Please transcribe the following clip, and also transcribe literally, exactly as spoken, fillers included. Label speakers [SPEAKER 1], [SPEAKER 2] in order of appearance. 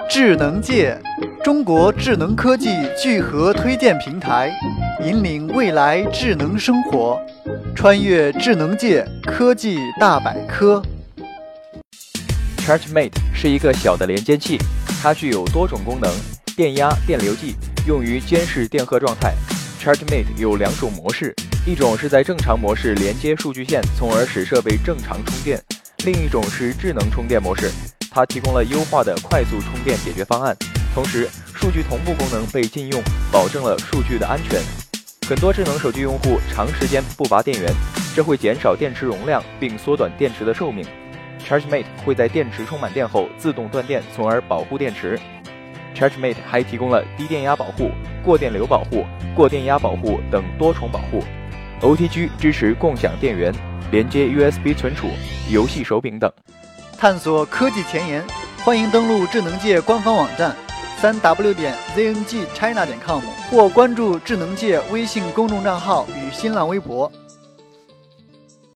[SPEAKER 1] 智能界，中国智能科技聚合推荐平台，引领未来智能生活，穿越智能界科技大百科。
[SPEAKER 2] ChargeMate 是一个小的连接器，它具有多种功能，电压、电流计，用于监视电荷状态。ChargeMate 有两种模式，一种是在正常模式连接数据线，从而使设备正常充电；另一种是智能充电模式，它提供了优化的快速充电解决方案，同时数据同步功能被禁用，保证了数据的安全。很多智能手机用户长时间不拔电源，这会减少电池容量并缩短电池的寿命。ChargeMate 会在电池充满电后自动断电，从而保护电池。ChargeMate 还提供了低电压保护、过电流保护、过电压保护等多重保护。O T G 支持共享电源、连接 U S B 存储、游戏手柄等。
[SPEAKER 1] 探索科技前沿，欢迎登录智能界官方网站三 w 点 z n g china 点 com 或关注智能界微信公众账号与新浪微博。